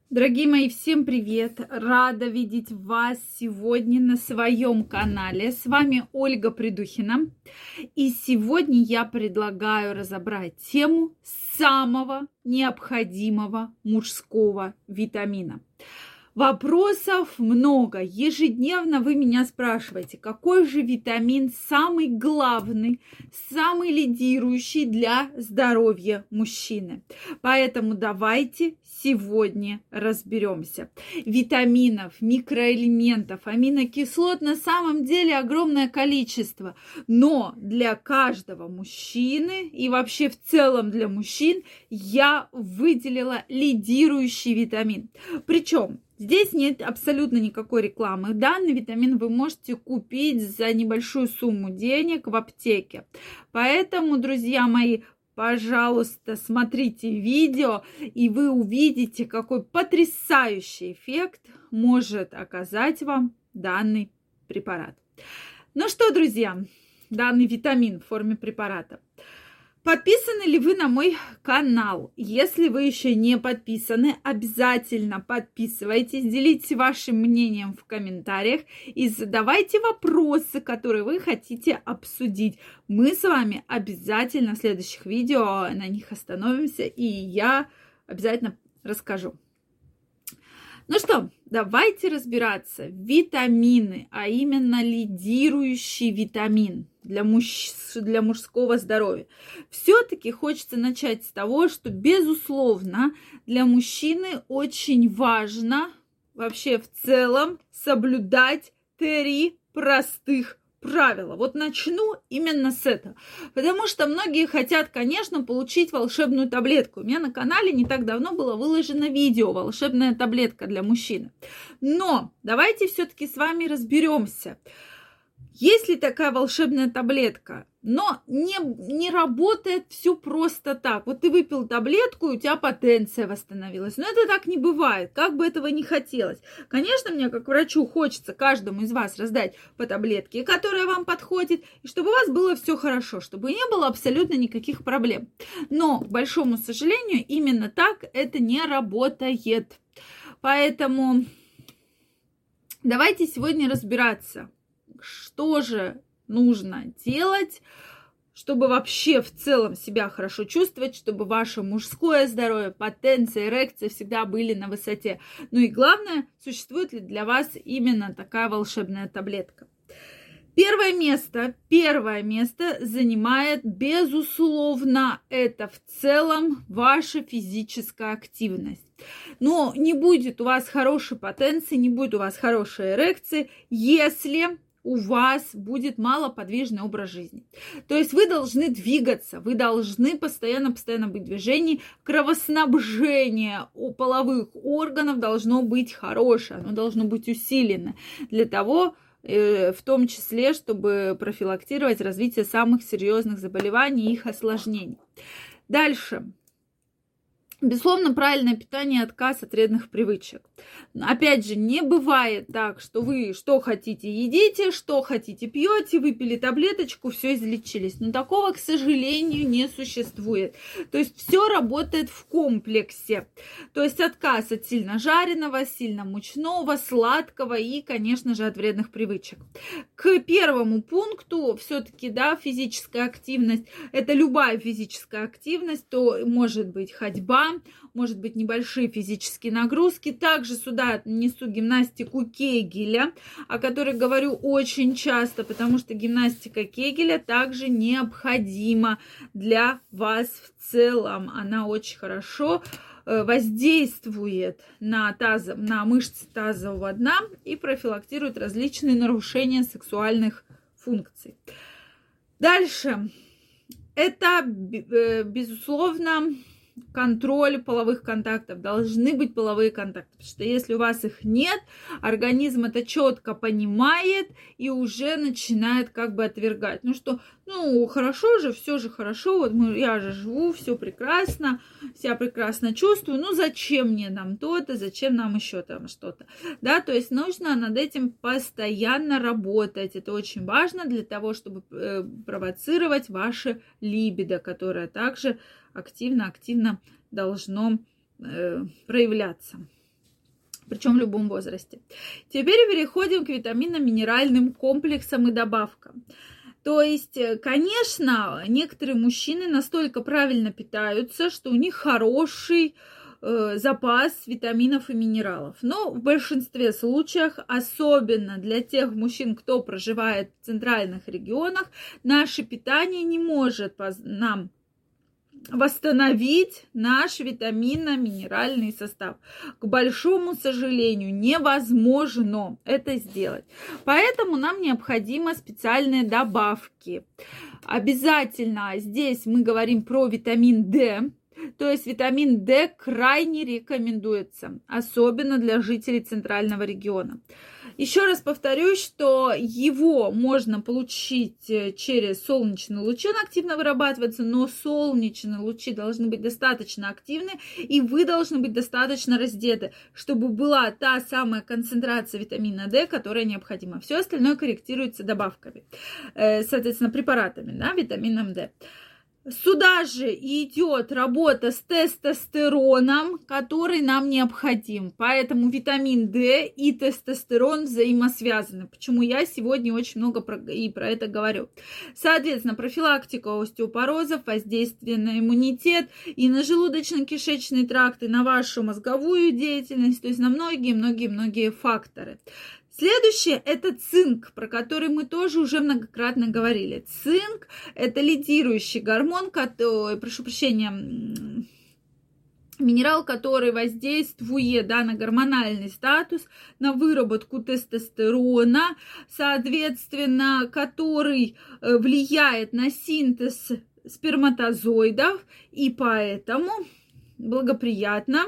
Дорогие мои, всем привет! Рада видеть вас сегодня на своем канале. С вами Ольга Придухина. И сегодня я предлагаю разобрать тему самого необходимого мужского витамина. Вопросов много. Ежедневно вы меня спрашиваете, какой же витамин самый главный, самый лидирующий для здоровья мужчины. Поэтому давайте сегодня разберемся. Витаминов, микроэлементов, аминокислот на самом деле огромное количество. Но для каждого мужчины и вообще в целом для мужчин я выделила лидирующий витамин. Причем здесь нет абсолютно никакой рекламы. Данный витамин вы можете купить за небольшую сумму денег в аптеке. Поэтому, друзья мои, пожалуйста, смотрите видео, и вы увидите, какой потрясающий эффект может оказать вам данный препарат. Ну что, друзья, данный витамин в форме препарата. Подписаны ли вы на мой канал? Если вы еще не подписаны, обязательно подписывайтесь, делитесь вашим мнением в комментариях и задавайте вопросы, которые вы хотите обсудить. Мы с вами обязательно в следующих видео на них остановимся, и я обязательно расскажу. Ну что, давайте разбираться. Витамины, а именно лидирующий витамин для мужского здоровья. Все-таки хочется начать с того, что, безусловно, для мужчины очень важно вообще в целом соблюдать 3 простых правила. Вот начну именно с этого. Потому что многие хотят, конечно, получить волшебную таблетку. У меня на канале не так давно было выложено видео «Волшебная таблетка для мужчины». Но давайте все-таки с вами разберемся. Есть ли такая волшебная таблетка? Но не работает все просто так. Вот ты выпил таблетку, и у тебя потенция восстановилась. Но это так не бывает, как бы этого ни хотелось. Конечно, мне как врачу хочется каждому из вас раздать по таблетке, которая вам подходит, и чтобы у вас было все хорошо, чтобы не было абсолютно никаких проблем. Но, к большому сожалению, именно так это не работает. Поэтому давайте сегодня разбираться, что же нужно делать, чтобы вообще в целом себя хорошо чувствовать, чтобы ваше мужское здоровье, потенция, эрекция всегда были на высоте. Ну и главное, существует ли для вас именно такая волшебная таблетка. Первое место занимает, безусловно, это в целом ваша физическая активность. Но не будет у вас хорошей потенции, не будет у вас хорошей эрекции, если у вас будет малоподвижный образ жизни. То есть вы должны двигаться, вы должны постоянно быть в движении. Кровоснабжение у половых органов должно быть хорошее, оно должно быть усилено для того, в том числе, чтобы профилактировать развитие самых серьезных заболеваний и их осложнений. Дальше. Безусловно, правильное питание, отказ от вредных привычек. Опять же, не бывает так, что вы что хотите едите, что хотите пьете, выпили таблеточку, все излечились. Но такого, к сожалению, не существует. То есть все работает в комплексе. То есть отказ от сильно жареного, сильно мучного, сладкого и, конечно же, от вредных привычек. К первому пункту все-таки, да, физическая активность. Это любая физическая активность, то может быть ходьба, может быть небольшие физические нагрузки. Также сюда несу гимнастику Кегеля, о которой говорю очень часто, потому что гимнастика Кегеля также необходима для вас в целом. Она очень хорошо воздействует на мышцы тазового дна и профилактирует различные нарушения сексуальных функций. Дальше. Это, безусловно, контроль половых контактов. Должны быть половые контакты. Потому что если у вас их нет, организм это четко понимает и уже начинает как бы отвергать. Хорошо же, все же хорошо, я же живу, все прекрасно, себя прекрасно чувствую, зачем мне нам то-то, зачем нам еще там что-то. Да, то есть нужно над этим постоянно работать. Это очень важно для того, чтобы провоцировать ваше либидо, которое также активно должно проявляться. причем в любом возрасте. Теперь переходим к витаминно-минеральным комплексам и добавкам. То есть, конечно, некоторые мужчины настолько правильно питаются, что у них хороший запас витаминов и минералов. Но в большинстве случаев, особенно для тех мужчин, кто проживает в центральных регионах, наше питание не может нам восстановить наш витаминно-минеральный состав. К большому сожалению, невозможно это сделать. Поэтому нам необходимы специальные добавки. Обязательно здесь мы говорим про витамин D. То есть витамин D крайне рекомендуется, особенно для жителей центрального региона. Еще раз повторюсь, что его можно получить через солнечные лучи, он активно вырабатывается, но солнечные лучи должны быть достаточно активны, и вы должны быть достаточно раздеты, чтобы была та самая концентрация витамина D, которая необходима. Все остальное корректируется добавками, соответственно, препаратами, да, витамином D. Сюда же идет работа с тестостероном, который нам необходим. Поэтому витамин D и тестостерон взаимосвязаны. Почему я сегодня очень много про это говорю. Соответственно, профилактика остеопорозов, воздействие на иммунитет и на желудочно-кишечный тракт, и на вашу мозговую деятельность, то есть на многие факторы. Следующее – это цинк, про который мы тоже уже многократно говорили. Цинк – это лидирующий гормон, минерал, который воздействует на гормональный статус, на выработку тестостерона, соответственно, который влияет на синтез сперматозоидов и поэтому благоприятно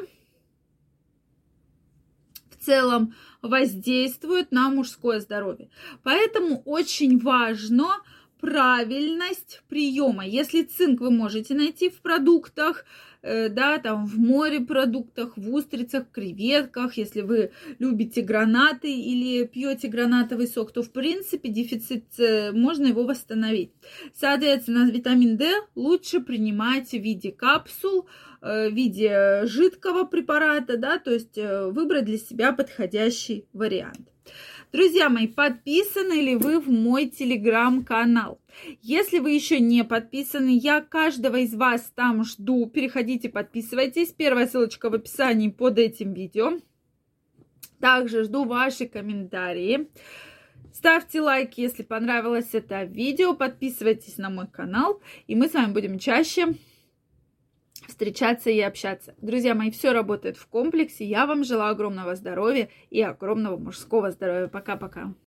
в целом воздействует на мужское здоровье. Поэтому очень важно правильность приема. Если цинк вы можете найти в продуктах, в морепродуктах, в устрицах, в креветках, если вы любите гранаты или пьете гранатовый сок, то в принципе дефицит можно его восстановить. Соответственно, витамин D лучше принимать в виде капсул, в виде жидкого препарата, то есть выбрать для себя подходящий вариант. Друзья мои, подписаны ли вы в мой телеграм-канал? Если вы еще не подписаны, я каждого из вас там жду. Переходите, подписывайтесь. Первая ссылочка в описании под этим видео. Также жду ваши комментарии. Ставьте лайк, если понравилось это видео. Подписывайтесь на мой канал. И мы с вами будем чаще встречаться и общаться. Друзья мои, все работает в комплексе. Я вам желаю огромного здоровья и огромного мужского здоровья. Пока-пока.